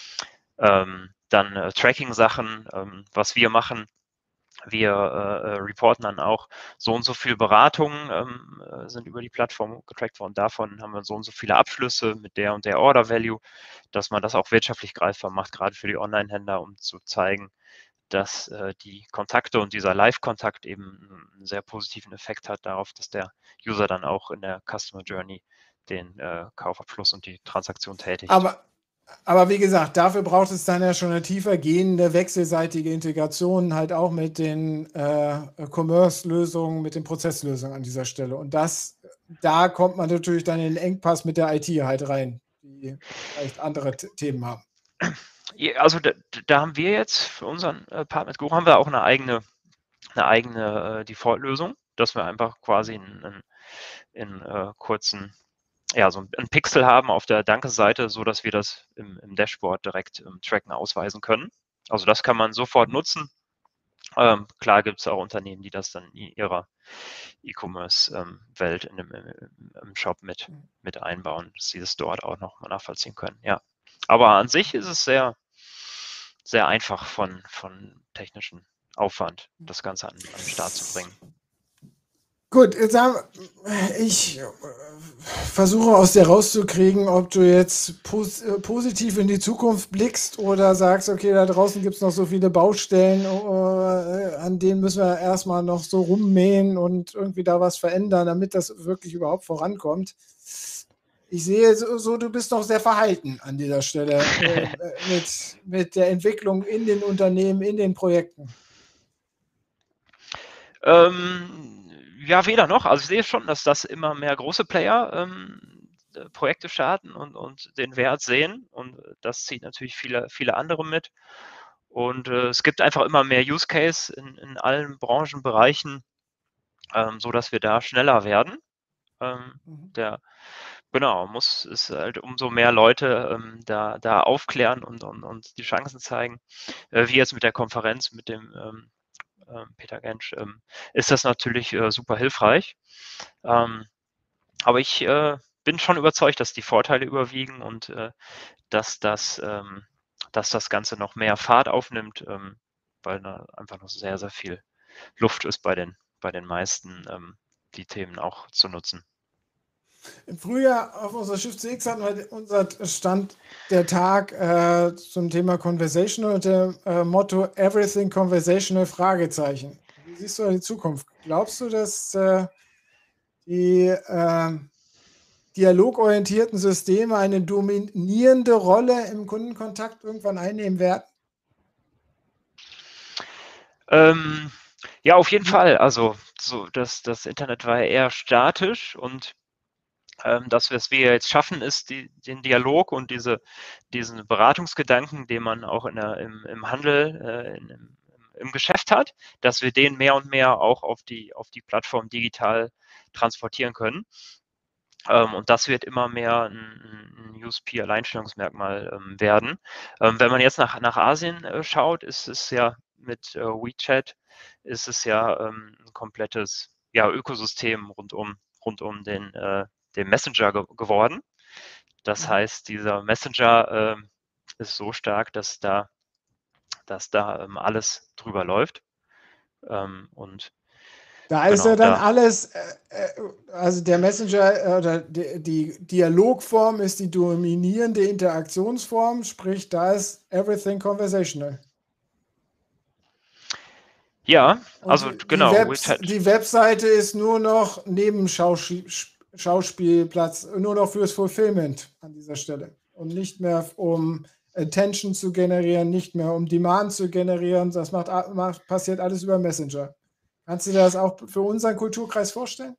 Ähm, dann äh, Tracking-Sachen, ähm, was wir machen. Wir äh, reporten dann auch, so und so viele Beratungen ähm, äh, sind über die Plattform getrackt worden. Davon haben wir so und so viele Abschlüsse mit der und der Order Value, dass man das auch wirtschaftlich greifbar macht, gerade für die Online-Händler, um zu zeigen, dass äh, die Kontakte und dieser Live-Kontakt eben einen sehr positiven Effekt hat darauf, dass der User dann auch in der Customer Journey den äh, Kaufabschluss und die Transaktion tätigt. Aber, aber wie gesagt, dafür braucht es dann ja schon eine tiefer gehende wechselseitige Integration halt auch mit den äh, Commerce-Lösungen, mit den Prozesslösungen an dieser Stelle. Und das, da kommt man natürlich dann in den Engpass mit der I T halt rein, die vielleicht andere T- Themen haben. Also da, da haben wir jetzt für unseren äh, Partner Guru haben wir auch eine eigene, eine eigene äh, Default-Lösung, dass wir einfach quasi in, in, in äh, kurzen, ja, so ein Pixel haben auf der Danke-Seite, so dass wir das im, im Dashboard direkt im Tracken ausweisen können. Also das kann man sofort nutzen. Ähm, klar gibt es auch Unternehmen, die das dann in ihrer E-Commerce-Welt ähm, im, im, im Shop mit, mit einbauen, dass sie das dort auch noch mal nachvollziehen können. Ja. Aber an sich ist es sehr, sehr einfach von, von technischen Aufwand, das Ganze an, an den Start zu bringen. Gut, jetzt haben, ich äh, versuche aus dir rauszukriegen, ob du jetzt pos äh, positiv in die Zukunft blickst oder sagst, okay, da draußen gibt es noch so viele Baustellen, äh, an denen müssen wir erstmal noch so rummähen und irgendwie da was verändern, damit das wirklich überhaupt vorankommt. Ich sehe so, so du bist noch sehr verhalten an dieser Stelle äh, mit, mit der Entwicklung in den Unternehmen, in den Projekten. Ähm, ja, weder noch. Also ich sehe schon, dass das immer mehr große Player ähm, Projekte starten und, und den Wert sehen. Und das zieht natürlich viele, viele andere mit. Und äh, es gibt einfach immer mehr Use Case in, in allen Branchenbereichen, ähm, so dass wir da schneller werden. Ähm, Mhm. der Genau, muss es halt umso mehr Leute ähm, da, da aufklären und, und, und die Chancen zeigen, äh, wie jetzt mit der Konferenz mit dem ähm, ähm, Peter Gensch, ähm, ist das natürlich äh, super hilfreich. Ähm, aber ich äh, bin schon überzeugt, dass die Vorteile überwiegen und äh, dass, das, ähm, dass das Ganze noch mehr Fahrt aufnimmt, ähm, weil da einfach noch sehr, sehr viel Luft ist bei den, bei den meisten, ähm, die Themen auch zu nutzen. Im Frühjahr auf unserer Shift C X hatten wir unser Stand der Tag äh, zum Thema Conversational und dem äh, Motto Everything Conversational Fragezeichen. Wie siehst du da die Zukunft? Glaubst du, dass äh, die äh, dialogorientierten Systeme eine dominierende Rolle im Kundenkontakt irgendwann einnehmen werden? Ähm, ja, auf jeden Fall. Also so, das, das Internet war ja eher statisch und ähm, das, was wir jetzt schaffen, ist die, den Dialog und diese, diesen Beratungsgedanken, den man auch in der, im, im Handel, äh, in, im, im Geschäft hat, dass wir den mehr und mehr auch auf die, auf die Plattform digital transportieren können. Ähm, und das wird immer mehr ein, ein U S P-Alleinstellungsmerkmal ähm, werden. Ähm, wenn man jetzt nach, nach Asien äh, schaut, ist es ja mit äh, WeChat, ist es ja ähm, ein komplettes ja, Ökosystem rund um, rund um den, äh, den Messenger ge geworden. Das heißt, dieser Messenger äh, ist so stark, dass da, dass da ähm, alles drüber läuft. Ähm, und Da ist Genau, ja dann da. alles, äh, äh, also der Messenger äh, oder die, die Dialogform ist die dominierende Interaktionsform, sprich, da ist everything conversational. Ja, Und also die, genau, Webs WeChat. die Webseite ist nur noch Nebenschauspielplatz, nur noch fürs Fulfillment an dieser Stelle. Und nicht mehr um Attention zu generieren, nicht mehr um Demand zu generieren. Das macht, macht, passiert alles über Messenger. Kannst du dir das auch für unseren Kulturkreis vorstellen?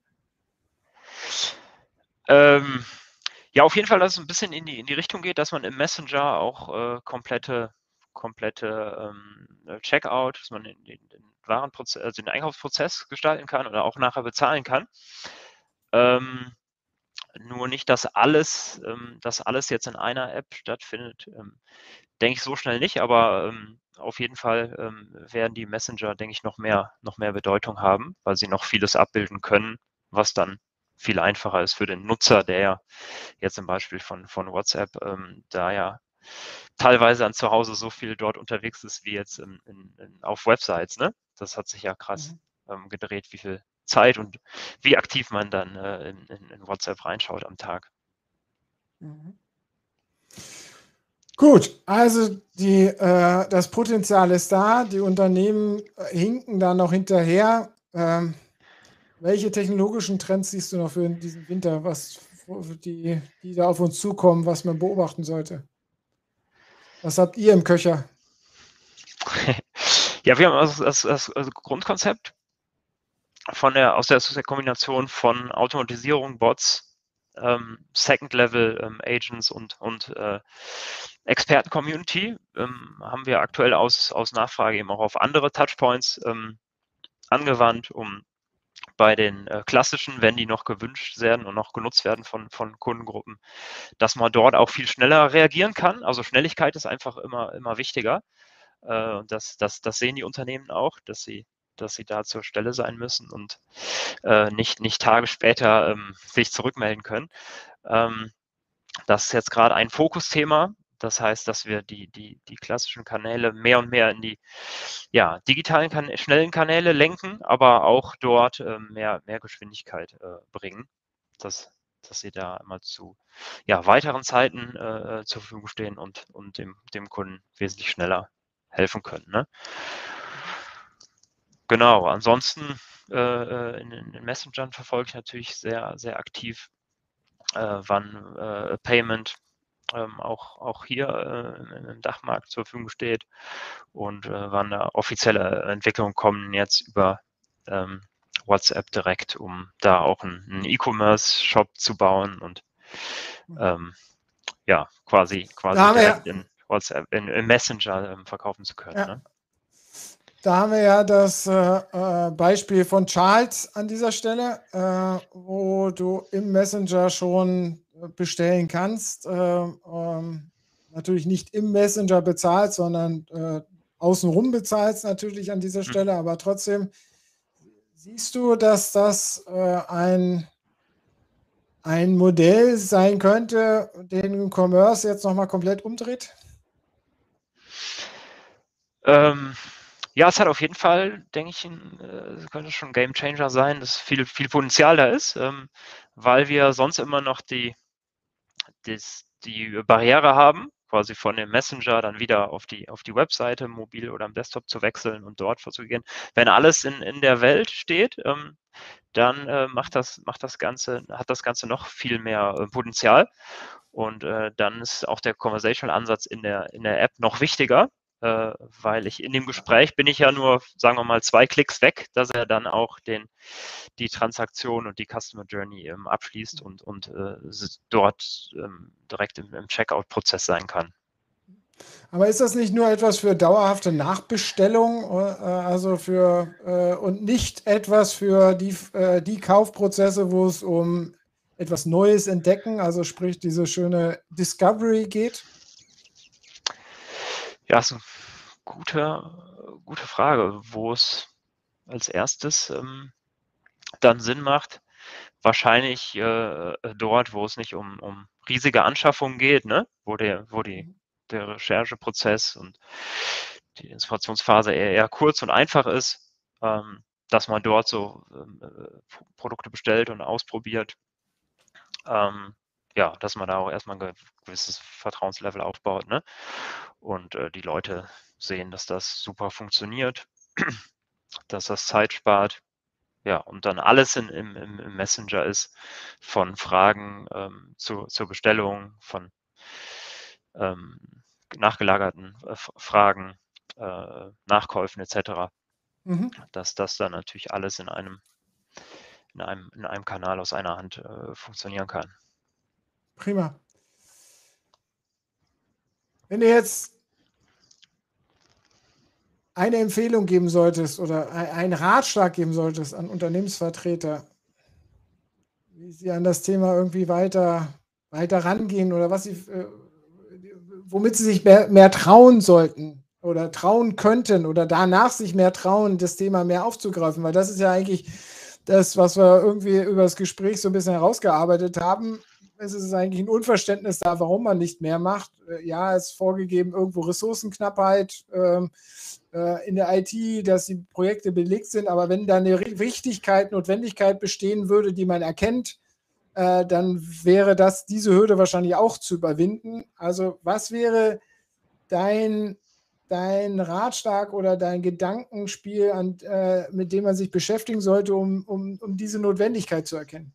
Ähm, ja, auf jeden Fall, dass es ein bisschen in die, in die Richtung geht, dass man im Messenger auch äh, komplette, komplette ähm, Checkout, dass man den, den, den Warenprozess, also den Einkaufsprozess gestalten kann oder auch nachher bezahlen kann. Ähm, nur nicht, dass alles, ähm, dass alles jetzt in einer App stattfindet, ähm, denke ich so schnell nicht, aber ähm, auf jeden Fall ähm, werden die Messenger, denke ich, noch mehr, noch mehr Bedeutung haben, weil sie noch vieles abbilden können, was dann viel einfacher ist für den Nutzer, der ja jetzt zum Beispiel von, von WhatsApp ähm, da ja teilweise an zu Hause so viel dort unterwegs ist wie jetzt in, in, in, auf Websites. Ne? Das hat sich ja krass Mhm. ähm, gedreht, wie viel Zeit und wie aktiv man dann äh, in, in, in WhatsApp reinschaut am Tag. Mhm. Gut, also die, äh, das Potenzial ist da, die Unternehmen hinken da noch hinterher. Ähm, welche technologischen Trends siehst du noch für diesen Winter, was die, die da auf uns zukommen, was man beobachten sollte? Was habt ihr im Köcher? Ja, wir haben also das, das, das Grundkonzept von der, aus der, aus der Kombination von Automatisierung, Bots, ähm, Second-Level-Agents ähm, und, und äh, Experten-Community ähm, haben wir aktuell aus, aus Nachfrage eben auch auf andere Touchpoints ähm, angewandt, um bei den äh, klassischen, wenn die noch gewünscht werden und noch genutzt werden von, von Kundengruppen, dass man dort auch viel schneller reagieren kann. Also Schnelligkeit ist einfach immer, immer wichtiger. Äh, und das, das, das sehen die Unternehmen auch, dass sie, dass sie da zur Stelle sein müssen und äh, nicht, nicht Tage später ähm, sich zurückmelden können. Ähm, das ist jetzt gerade ein Fokusthema. Das heißt, dass wir die, die, die klassischen Kanäle mehr und mehr in die ja, digitalen, kan schnellen Kanäle lenken, aber auch dort äh, mehr, mehr Geschwindigkeit äh, bringen, dass, dass sie da immer zu ja, weiteren Zeiten äh, zur Verfügung stehen und, und dem, dem Kunden wesentlich schneller helfen können. Ne? Genau, ansonsten äh, in, in Messengern verfolge ich natürlich sehr, sehr aktiv, äh, wann äh, Payment ähm, auch, auch hier äh, im Dachmarkt zur Verfügung steht und äh, wann da offizielle Entwicklungen kommen jetzt über ähm, WhatsApp direkt, um da auch einen, einen E-Commerce-Shop zu bauen und ähm, ja, quasi, quasi direkt ja. in WhatsApp, in, in Messenger ähm, verkaufen zu können. Ja. Ne? Da haben wir ja das äh, Beispiel von Charles an dieser Stelle, äh, wo du im Messenger schon bestellen kannst. Äh, ähm, natürlich nicht im Messenger bezahlst, sondern äh, außenrum bezahlst natürlich an dieser Stelle, mhm. aber trotzdem siehst du, dass das äh, ein, ein Modell sein könnte, den Commerce jetzt nochmal komplett umdreht? Ähm, ja, es hat auf jeden Fall, denke ich, ein, äh, könnte schon ein Game Changer sein, dass viel, viel Potenzial da ist, ähm, weil wir sonst immer noch die, das, die Barriere haben, quasi von dem Messenger dann wieder auf die, auf die Webseite, mobil oder am Desktop zu wechseln und dort vorzugehen. Wenn alles in, in der Welt steht, ähm, dann äh, macht, das, macht das Ganze, hat das Ganze noch viel mehr äh, Potenzial. Und äh, dann ist auch der Conversational-Ansatz in der, in der App noch wichtiger, äh, weil ich in dem Gespräch bin ich ja nur, sagen wir mal, zwei Klicks weg, dass er dann auch den, die Transaktion und die Customer Journey ähm, abschließt und, und äh, dort ähm, direkt im, im Checkout-Prozess sein kann. Aber ist das nicht nur etwas für dauerhafte Nachbestellung, äh, also für äh, und nicht etwas für die, äh, die Kaufprozesse, wo es um etwas Neues entdecken, also sprich diese schöne Discovery geht? Ja, so gute, gute Frage, wo es als erstes ähm, dann Sinn macht. Wahrscheinlich äh, dort, wo es nicht um, um riesige Anschaffungen geht, ne? wo, der, wo die, der Rechercheprozess und die Inspirationsphase eher, eher kurz und einfach ist. Ähm, dass man dort so ähm, Produkte bestellt und ausprobiert. Ähm, ja, dass man da auch erstmal ein gewisses Vertrauenslevel aufbaut, ne? Und äh, die Leute sehen, dass das super funktioniert, dass das Zeit spart. Ja, und dann alles in, im, im Messenger ist, von Fragen ähm, zu, zur Bestellung, von ähm, nachgelagerten äh, Fragen, äh, Nachkäufen et cetera. Mhm. Dass das dann natürlich alles in einem, in einem, in einem Kanal aus einer Hand äh, funktionieren kann. Prima. Wenn du jetzt eine Empfehlung geben solltest oder einen Ratschlag geben solltest an Unternehmensvertreter, wie sie an das Thema irgendwie weiter, weiter rangehen oder was sie, äh, womit sie sich mehr, mehr trauen sollten oder trauen könnten oder danach sich mehr trauen, das Thema mehr aufzugreifen, weil das ist ja eigentlich das, was wir irgendwie über das Gespräch so ein bisschen herausgearbeitet haben. Es ist eigentlich ein Unverständnis da, warum man nicht mehr macht. Ja, es ist vorgegeben, irgendwo Ressourcenknappheit ähm, äh, in der I T, dass die Projekte belegt sind, aber wenn da eine Wichtigkeit, Notwendigkeit bestehen würde, die man erkennt, äh, dann wäre das, diese Hürde wahrscheinlich auch zu überwinden. Also was wäre dein, dein Ratschlag oder dein Gedankenspiel, an, äh, mit dem man sich beschäftigen sollte, um, um, um diese Notwendigkeit zu erkennen?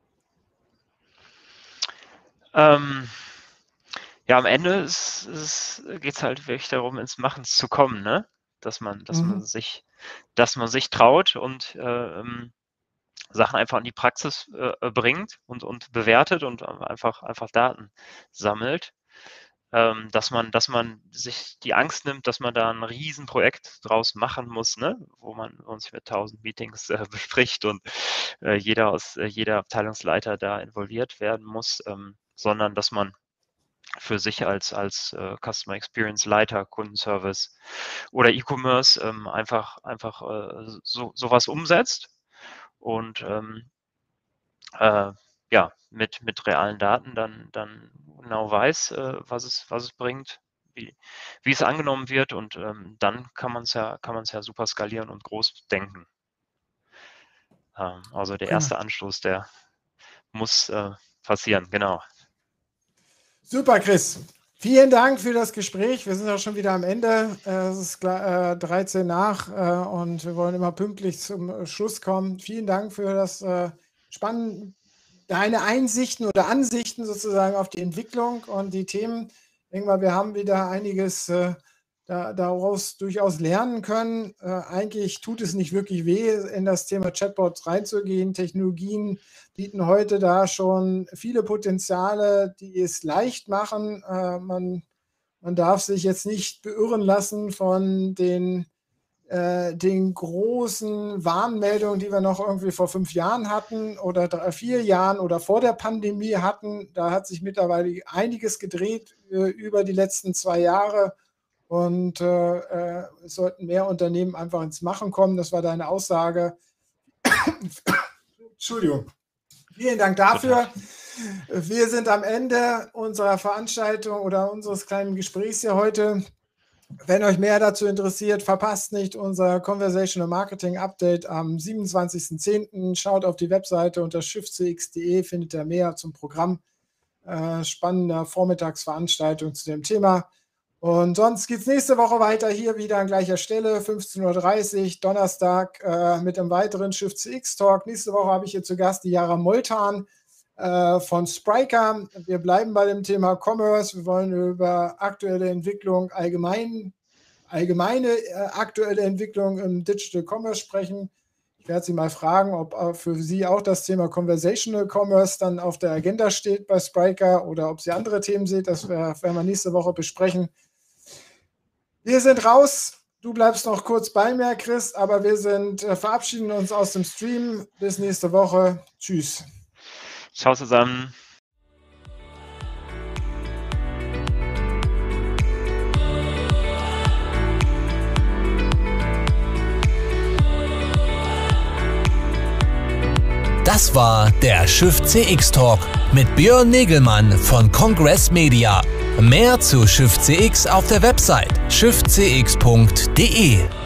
Ähm, ja, am Ende geht es halt wirklich darum, ins Machen zu kommen, ne? Dass man, dass mhm. man sich, dass man sich traut und äh, Sachen einfach in die Praxis äh, bringt und, und bewertet und einfach, einfach Daten sammelt. Ähm, dass man, dass man sich die Angst nimmt, dass man da ein Riesenprojekt draus machen muss, ne? Wo man uns mit tausend Meetings äh, bespricht und äh, jeder aus äh, jeder Abteilungsleiter da involviert werden muss, ähm, sondern dass man für sich als, als äh, Customer Experience Leiter, Kundenservice oder E-Commerce ähm, einfach, einfach äh, so, sowas umsetzt und ähm, äh, ja, mit, mit realen Daten dann, dann genau weiß, äh, was es, was es bringt, wie, wie es angenommen wird und ähm, dann kann man es ja, kann man es ja super skalieren und groß denken. Ähm, also der erste Anstoß, der muss äh, passieren, genau. Super, Chris. Vielen Dank für das Gespräch. Wir sind auch schon wieder am Ende. Es ist dreizehn nach und wir wollen immer pünktlich zum Schluss kommen. Vielen Dank für das Spannende, deine Einsichten oder Ansichten sozusagen auf die Entwicklung und die Themen. Ich denke mal, wir haben wieder einiges äh, da, daraus durchaus lernen können. Äh, eigentlich tut es nicht wirklich weh, in das Thema Chatbots reinzugehen. Technologien bieten heute da schon viele Potenziale, die es leicht machen. Äh, man, man darf sich jetzt nicht beirren lassen von den den großen Warnmeldungen, die wir noch irgendwie vor fünf Jahren hatten oder drei, vier Jahren oder vor der Pandemie hatten. Da hat sich mittlerweile einiges gedreht äh, über die letzten zwei Jahre und äh, äh, es sollten mehr Unternehmen einfach ins Machen kommen. Das war deine Aussage. Entschuldigung. Vielen Dank dafür. Wir sind am Ende unserer Veranstaltung oder unseres kleinen Gesprächs hier heute. Wenn euch mehr dazu interessiert, verpasst nicht unser Conversational Marketing Update am siebenundzwanzigsten zehnten Schaut auf die Webseite unter shift c x punkt de, findet ihr mehr zum Programm. Äh, spannende Vormittagsveranstaltung zu dem Thema. Und sonst geht es nächste Woche weiter, hier wieder an gleicher Stelle, fünfzehn Uhr dreißig, Donnerstag äh, mit einem weiteren Shift C X Talk. Nächste Woche habe ich hier zu Gast die Jara Moltan äh, von Spryker. Wir bleiben bei dem Thema Commerce. Wir wollen über aktuelle Entwicklung, allgemein, allgemeine äh, aktuelle Entwicklung im Digital Commerce sprechen. Ich werde Sie mal fragen, ob äh, für Sie auch das Thema Conversational Commerce dann auf der Agenda steht bei Spryker oder ob Sie andere Themen sehen. Das werden wir nächste Woche besprechen. Wir sind raus. Du bleibst noch kurz bei mir, Chris, aber wir sind äh, verabschieden uns aus dem Stream. Bis nächste Woche. Tschüss. Ciao zusammen. Das war der Shift C X Talk mit Björn Negelmann von Congress Media. Mehr zu Shift C X auf der Website shift c x punkt de.